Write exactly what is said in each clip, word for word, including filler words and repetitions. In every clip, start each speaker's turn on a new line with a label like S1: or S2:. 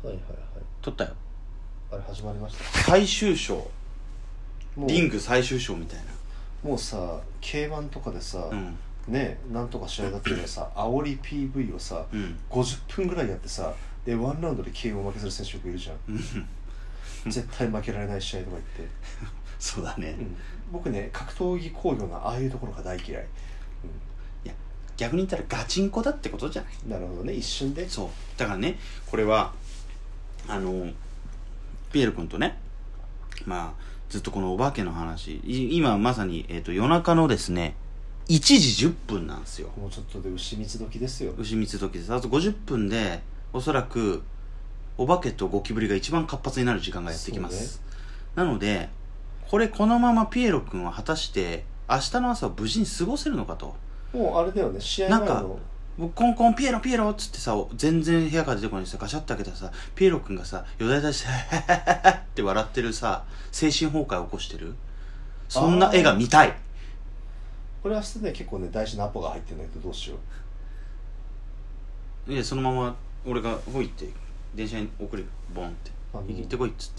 S1: はいはいはい。
S2: 取ったよ。
S1: あれ始まりました。
S2: 最終章、
S1: もう
S2: リング最終章みたいな。
S1: もうさ ケーワン とかでさ、
S2: うん、
S1: ねなんとか試合だったけどさ煽り ピーブイ をさ、
S2: うん、
S1: ごじゅっぷんぐらいやってさでワンラウンドで ケーオー 負けする選手よくいるじゃん絶対負けられない試合とか言って
S2: そうだね、
S1: うん、僕ね格闘技工業のああいうところが大嫌い、うん、い
S2: や逆に言ったらガチンコだってことじゃない。
S1: なるほどね、一瞬で。
S2: そうだからね、これはあのピエール君とね、まあずっとこのお化けの話、今まさに、えーと、夜中のですねいちじじゅっぷんなんですよ。
S1: もうちょっとで牛蜜時ですよ。
S2: 牛蜜時です。あとごじゅっぷんでおそらくお化けとゴキブリが一番活発になる時間がやってきます、ね、なのでこれこのままピエロ君は果たして明日の朝を無事に過ごせるのかと。
S1: もうあれだよね、試合前の
S2: なんか僕コンコンピエロピエロっつってさ、全然部屋から出てこないでさガシャッて開けたらさ、ピエロ君がさよだれ出してヘヘヘヘって笑ってるさ、精神崩壊を起こしてる、そんな絵が見たい。
S1: これ明日ね結構ね大事なアポが入ってるんだけどどうしよ
S2: う。いやそのまま俺がほいって電車に送る、ボンって行ってこいっつって。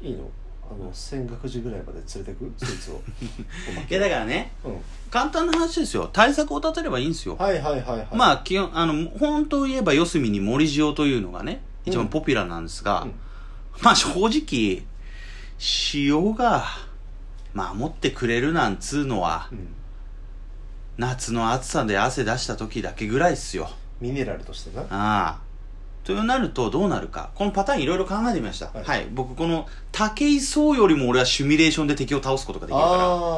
S1: いいの、あの泉岳寺ぐらいまで連れてくそいつを
S2: いやだからね、うん、簡単な話ですよ。対策を立てればいいんですよ。
S1: はいはいはいはい。
S2: まあ基本あの本当言えば四隅に森塩というのがね一番ポピュラーなんですが、うん、まあ正直塩が守ってくれるなんつうのは、うん、夏の暑さで汗出した時だけぐらいっすよ。
S1: ミネラルとしてな。
S2: ああとなるとどうなるか、このパターンいろいろ考えてみました。はい、はい、僕この武井壮よりも俺はシミュレーションで敵を倒すことができるから。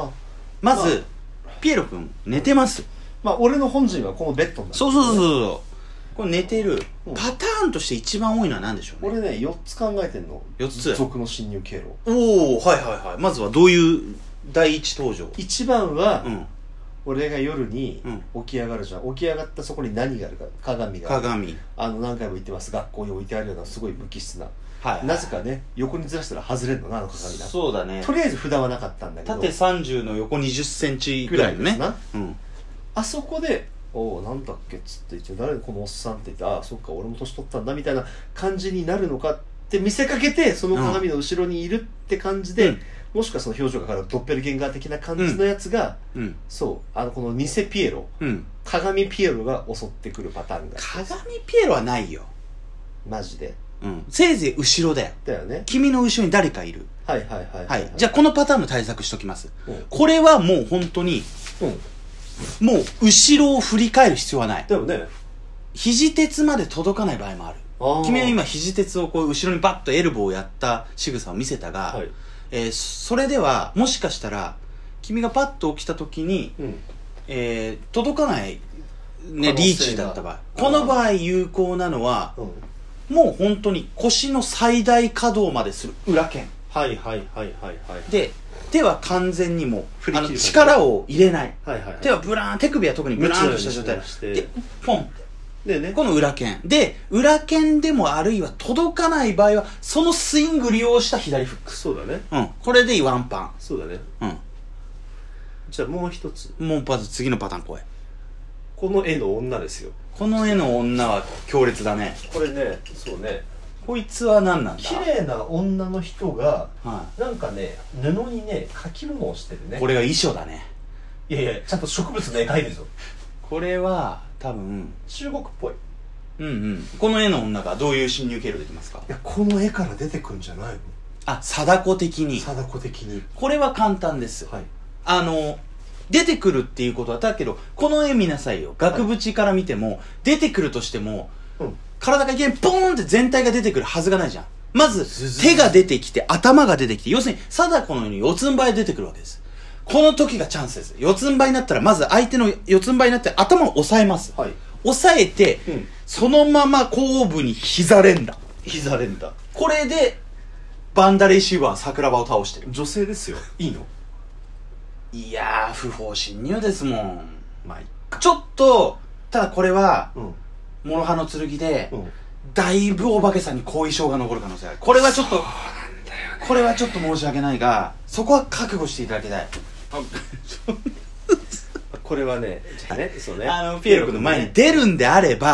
S2: まず、まあ、ピエロ君寝てます。
S1: まあ俺の本陣はこのベッドになる、ね、
S2: そうそうそうそう、これ寝てる、うん、パターンとして一番多いのは何でしょうね。
S1: 俺ねよっつ考えてんの。
S2: よっつ
S1: 賊の侵入経路。
S2: おおはいはいはい。まずはどういう第一登場。
S1: 一番は、うん、俺が夜に
S2: うん、
S1: 起き上がるじゃん。起き上がったそこに何があるか、鏡がある。
S2: 鏡、
S1: あの何回も言ってます、学校に置いてあるようなすごい無機質な、
S2: はいはい、
S1: なぜかね横にずらしたら外れるのな、あの鏡な。
S2: そうだね。
S1: とりあえず札はなかったんだけど
S2: 縦さんじゅうの横にじゅっセンチぐらいのね
S1: ぐらいですな、
S2: うん、
S1: あそこでおおなんだっけっつって言って誰このおっさんって言って、ああそっか俺も年取ったんだみたいな感じになるのかって見せかけて、その鏡の後ろにいるって感じで、うん、もしくはその表情が変わるドッペルゲンガー的な感じのやつが、うん、そうあのこの偽ピエロ、うん、鏡ピエロが襲ってくるパターンが。
S2: 鏡ピエロはないよ
S1: マジで。
S2: うん、せいぜい後ろだよ。
S1: だよね。
S2: 君の後ろに誰かいる。
S1: はいはいはいはい、はい、
S2: はい。じゃあこのパターンの対策しときます、うん、これはもう本当に、うん、もう後ろを振り返る必要はない。
S1: だよね。
S2: 肘鉄まで届かない場合もある。君は今肘鉄をこう後ろにバッとエルボーをやった仕草を見せたが、はい、えー、それではもしかしたら君がパッと起きた時に、うん、えー、届かない、ね、リーチだった場合、この場合有効なのは、うん、もう本当に腰の最大可動までする裏剣。
S1: はいはいはいはいはい。
S2: で手は完全にもうあの力を入れない、
S1: はいはいはい、
S2: 手はブラーン、手首は特にブラーンとした状態でポンで、ね、この裏剣で、裏剣でもあるいは届かない場合はそのスイング利用した左フック。
S1: そうだね、
S2: うん、これでワンパン。
S1: そうだね、うん。じゃあもう一つ、
S2: もうまず次のパターンこれ。
S1: この絵の女ですよ。
S2: この絵の女は強烈だね。
S1: これね、そうね、
S2: こいつは何なんだ。
S1: 綺麗な女の人が、はい、なんかね布にね書き物をしてるね。
S2: これが遺書だね。
S1: いやいやちゃんと植物の絵描いてるぞ。こ
S2: れは多分
S1: 中国っぽい。
S2: うんうん。この絵の女がどういう侵入経路できますか。
S1: いやこの絵から出てくんじゃないの。
S2: あ、貞子的に。
S1: 貞子的に。
S2: これは簡単です。
S1: はい。
S2: あの出てくるっていうことはだけど、この絵見なさいよ。額縁から見ても、はい、出てくるとしても、うん、体がいきなりポーンって全体が出てくるはずがないじゃん。まず手が出てきて頭が出てきて、要するに貞子のように四つん這いで出てくるわけです。この時がチャンスです。四つん這いになったらまず相手の四つん這いになって頭を押さえます。はい、押さえて、うん、そのまま後部に膝連打。
S1: 膝連打。
S2: これでバンダレイシーバー桜庭を倒してる。
S1: 女性ですよ。いいの？
S2: いやー不法侵入ですもん。まあ、ちょっとただこれは、うん、諸刃の剣で、うん、だいぶお化けさんに後遺症が残る可能性ある。これはちょっと、これはちょっと申し訳ないが、そこは覚悟していただきたい。
S1: これはね、じゃあね、そうね。
S2: あの、ピエロ君の前に出るんであれば、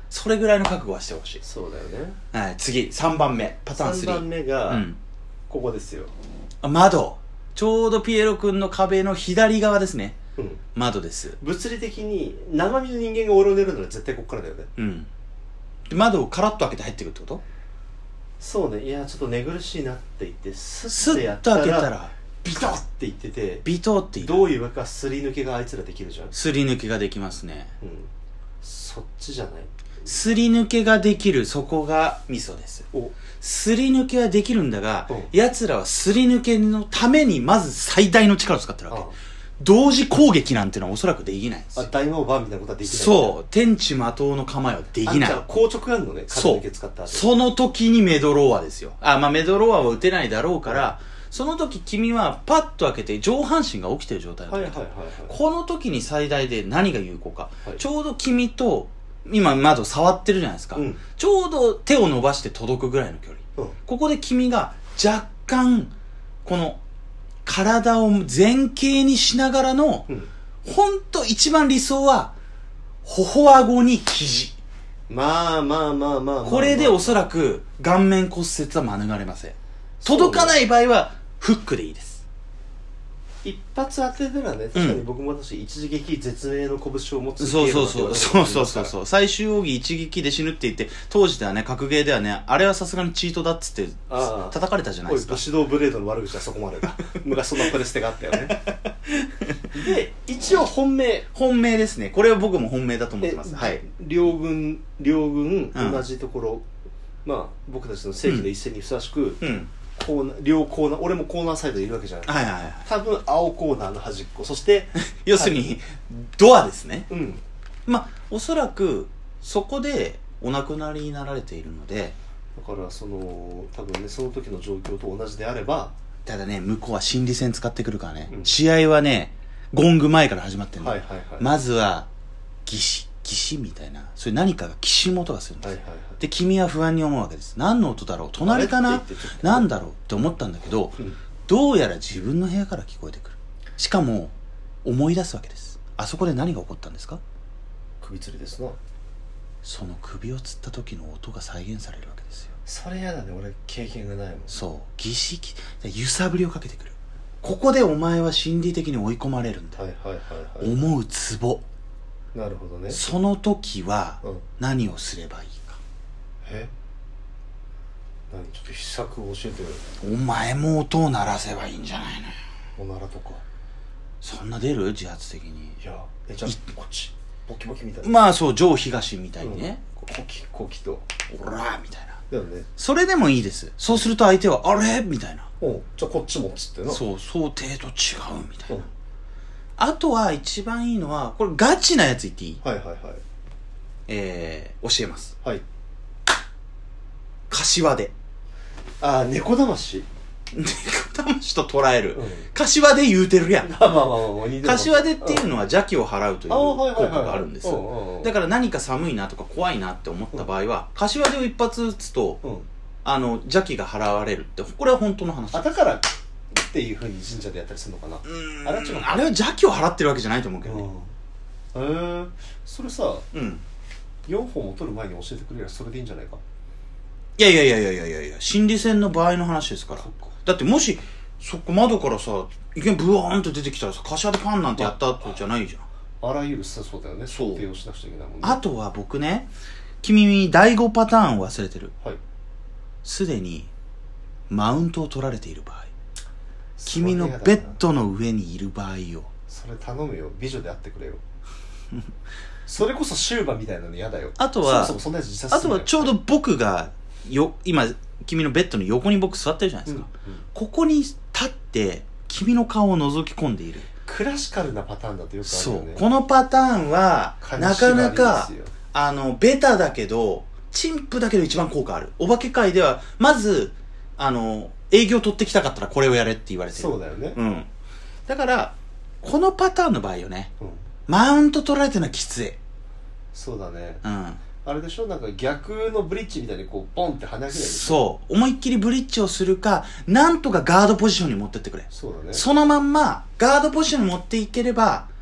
S2: それぐらいの覚悟はしてほしい。
S1: そうだよね。
S2: はい、次さんばんめパターンスリー。
S1: さんばんめが、
S2: うん、
S1: ここですよ。
S2: あ、窓。ちょうどピエロ君の壁の左側ですね。
S1: うん、
S2: 窓です。
S1: 物理的に生身の人間が俺を寝るなら絶対ここからだよね。
S2: うん。で窓をカラッと開けて入ってくるってこと？
S1: そうね。いやちょっと寝苦しいなって言ってス
S2: ス
S1: ッてやったら
S2: ッと開けたら
S1: ビトッって言ってて、
S2: ビトって
S1: どういうわけかすり抜けがあいつらできるじゃん。
S2: すり抜けができますね。
S1: うん。そっちじゃない？
S2: すり抜けができる、そこがミソです。
S1: お
S2: すり抜けはできるんだが、奴らはすり抜けのためにまず最大の力を使ってるわけ。同時攻撃なんてのはおそらくできないんですよ。
S1: あ、大魔王バーみたいなことはできない。
S2: そう。天地魔党の構えはできない。
S1: あ、じゃあ硬直あるのね。
S2: そう。その時にメドローアですよ。あ、まあメドローアは打てないだろうから、その時君はパッと開けて上半身が起きてる状態だった。はいはいはいはい。この時に最大で何が有効か。はい、ちょうど君と、今窓触ってるじゃないですか。うん、ちょうど手を伸ばして届くぐらいの距離。うん、ここで君が若干、この、体を前傾にしながらの、うん、ほんと一番理想は、頬顎に肘。
S1: まあまあまあまあ、まあ、
S2: これでおそらく顔面骨折は免れません。届かない場合は、フックでいいです。
S1: 一発当てたらね、確かに僕も私、一撃絶命の拳を持つ。
S2: そうそうそう。そうそうそうそう。最終奥義一撃で死ぬって言って、当時ではね、格ゲーではね、あれはさすがにチートだっつって、叩かれたじゃないですか。
S1: 武士道ブレードの悪口はそこまでだ。昔そんなプレステがあったよね。で、一応本命。
S2: 本命ですね。これは僕も本命だと思ってます。はい。
S1: 両軍、両軍、同じところ、うん、まあ、僕たちの正規の一戦にふさわしく、うんうんコーナー両コーナー、俺もコーナーサイドにいるわけじゃない。
S2: はいはいはい。
S1: 多分青コーナーの端っこ、そして
S2: 要するにドアですね。
S1: うん。
S2: まあおそらくそこでお亡くなりになられているので、
S1: だからその多分ねその時の状況と同じであれば、
S2: ただね向こうは心理戦使ってくるからね。うん、試合はねゴング前から始まってるの。はいはいはい。まずは義士義士みたいな、それ何かがきしむ音がするんです、はいはいはい、で君は不安に思うわけです。何の音だろう、隣かな、何だろうって思ったんだけど、うん、どうやら自分の部屋から聞こえてくる。しかも思い出すわけです。あそこで何が起こったんですか？
S1: 首吊りですな。
S2: その首を吊った時の音が再現されるわけですよ。
S1: それやだね、俺経験がないもん。
S2: そう儀式揺さぶりをかけてくる。ここでお前は心理的に追い込まれるんだ、はいはいはいはい、思うツボ。
S1: なるほどね。
S2: その時は何をすればいいか。
S1: うん、え何ちょっと秘策を教えてよ。
S2: お前も音を鳴らせばいいんじゃないのよ。
S1: おならとか
S2: そんな出る？自発的に。
S1: いやえじゃあこっちボキボキみたいな。
S2: まあそう上東みたいにね、
S1: うん、コキコキと
S2: オラーみたいな
S1: だよね。
S2: それでもいいです。そうすると相手はあれみたいな。
S1: おじゃあこっちもっつってな。
S2: そう想定と違うみたいな、うん、あとは一番いいのはこれガチなやつ言っていい？
S1: はいはいはい。
S2: えー、教えます。
S1: はい。
S2: 柏で。
S1: ああ猫だまし。
S2: 猫だましと捉える、うん、柏で言うてるやん。
S1: まあまあまあまあ
S2: 柏でっていうのは邪気を払うという効果があるんです。だから何か寒いなとか怖いなって思った場合は、うん、柏でを一発撃つと、うん、あの邪気が払われるって、これは本当の話。
S1: あだからっていうふうに神社でやったりするのかな。うん
S2: あれは違う。あれは邪気を払ってるわけじゃないと思うけどね。
S1: へ、うん、えー、それさ、うん、よんほんも取る前に教えてくれればそれでいいんじゃないか。
S2: いやいやいやいやいやいやいや心理戦の場合の話ですから。だってもしそこ窓からさいきなりブワーンと出てきたらさ柏でパンなんてやった後じゃないじゃん。
S1: あらゆるさそうだよね。想定をしなくちゃいけないもんね。
S2: あとは僕ね、君だいごパターンを忘れてる。はい。すでにマウントを取られている場合、君のベッドの上にいる場合よ。
S1: それ頼むよ、美女であってくれよ。それこそシューバみたいなの嫌だよ。
S2: あとは
S1: そもそもそんなやつ自殺する。
S2: あとはちょうど僕がよ今君のベッドの横に僕座ってるじゃないですか、うんうん、ここに立って君の顔を覗き込んでいる。
S1: クラシカルなパターンだとよくあるよね。
S2: そうこのパターンはなかなかあのベタだけど陳腐だけど一番効果ある。お化け界ではまずあの営業取ってきたかったらこれをやれって言われてる。
S1: そうだよね、
S2: うん、だからこのパターンの場合よね、うん、マウント取られてるのはきつい。
S1: そうだね、
S2: うん、
S1: あれでしょ、なんか逆のブリッジみたいにこうポンって跳ね上げないでしょ。
S2: そう思いっきりブリッジをするかなんとかガードポジションに持ってってくれ。
S1: そうだね。
S2: そのまんまガードポジションに持っていければ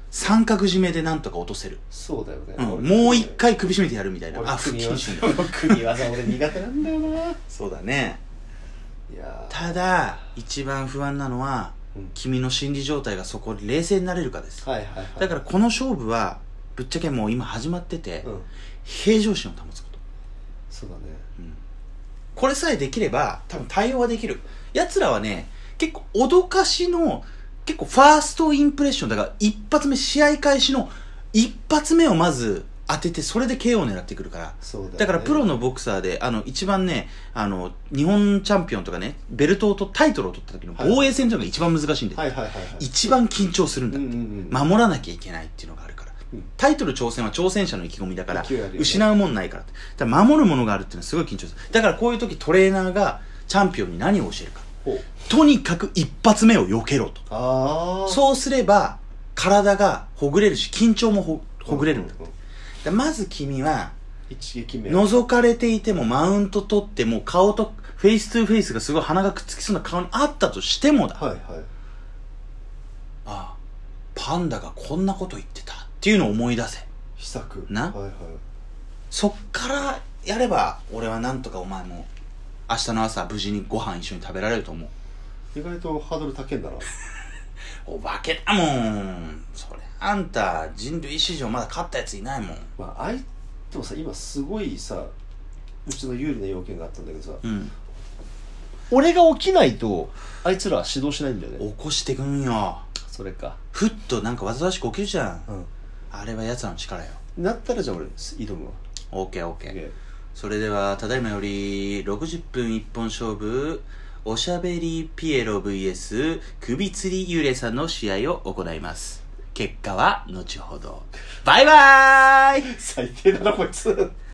S2: 三角締めでなんとか落とせる。
S1: そうだよね、
S2: うん、もう一回首絞めてやるみたいな。あ、
S1: 組
S2: 腹筋
S1: み技組み技俺苦手なんだよな。
S2: そうだね。
S1: いや
S2: ただ一番不安なのは、うん、君の心理状態がそこで冷静になれるかです、
S1: はいはいはい、
S2: だからこの勝負はぶっちゃけもう今始まってて、うん、平常心を保つこと。
S1: そうだね、
S2: うん、これさえできれば多分対応はできる。奴らはね結構脅かしの結構ファーストインプレッションだから一発目試合開始の一発目をまず当ててそれで ケーオー を狙ってくるから。
S1: そうだよね、
S2: だからプロのボクサーであの一番ねあの日本チャンピオンとかねベルトをとタイトルを取った時の防衛戦というのが一番難しいんで、
S1: はいはいはいはい、
S2: 一番緊張するんだって、うんうんうん、守らなきゃいけないっていうのがあるから、うん、タイトル挑戦は挑戦者の意気込みだから、ね、失うもんないから。だから守るものがあるっていうのはすごい緊張する。だからこういう時トレーナーがチャンピオンに何を教えるか、とにかく一発目を避けろと。
S1: あ
S2: そうすれば体がほぐれるし緊張も ほ, ほぐれるんだって、うんうんうん、まず君は
S1: 一撃目
S2: 覗かれていてもマウント取っても顔とフェイストゥーフェイスがすごい鼻がくっつきそうな顔にあったとしてもだ、
S1: はいはい、
S2: ああパンダがこんなこと言ってたっていうのを思い出せ。
S1: 秘策
S2: な、
S1: はいはい、
S2: そっからやれば俺はなんとかお前も明日の朝無事にご飯一緒に食べられると思う。
S1: 意外とハードル高いんだな。
S2: お化けだもんそれ。あんた人類史上まだ勝ったやついないもん。
S1: まあ相手もさ今すごいさうちの有利な要件があったんだけどさ、うん、俺が起きないとあいつらは指導しないんだよね。
S2: 起こしてくんよ。
S1: それか
S2: ふっとなんかわざわしく起きるじゃん、うん、あれは奴らの力よ。
S1: なったらじゃあ俺挑むわ。
S2: オーケーオーケー。それではただいまよりろくじゅっぷん一本勝負おしゃべりピエロ ブイエス 首吊り幽霊さんの試合を行います。結果は後ほど。バイバーイ。
S1: 最低だなこいつ。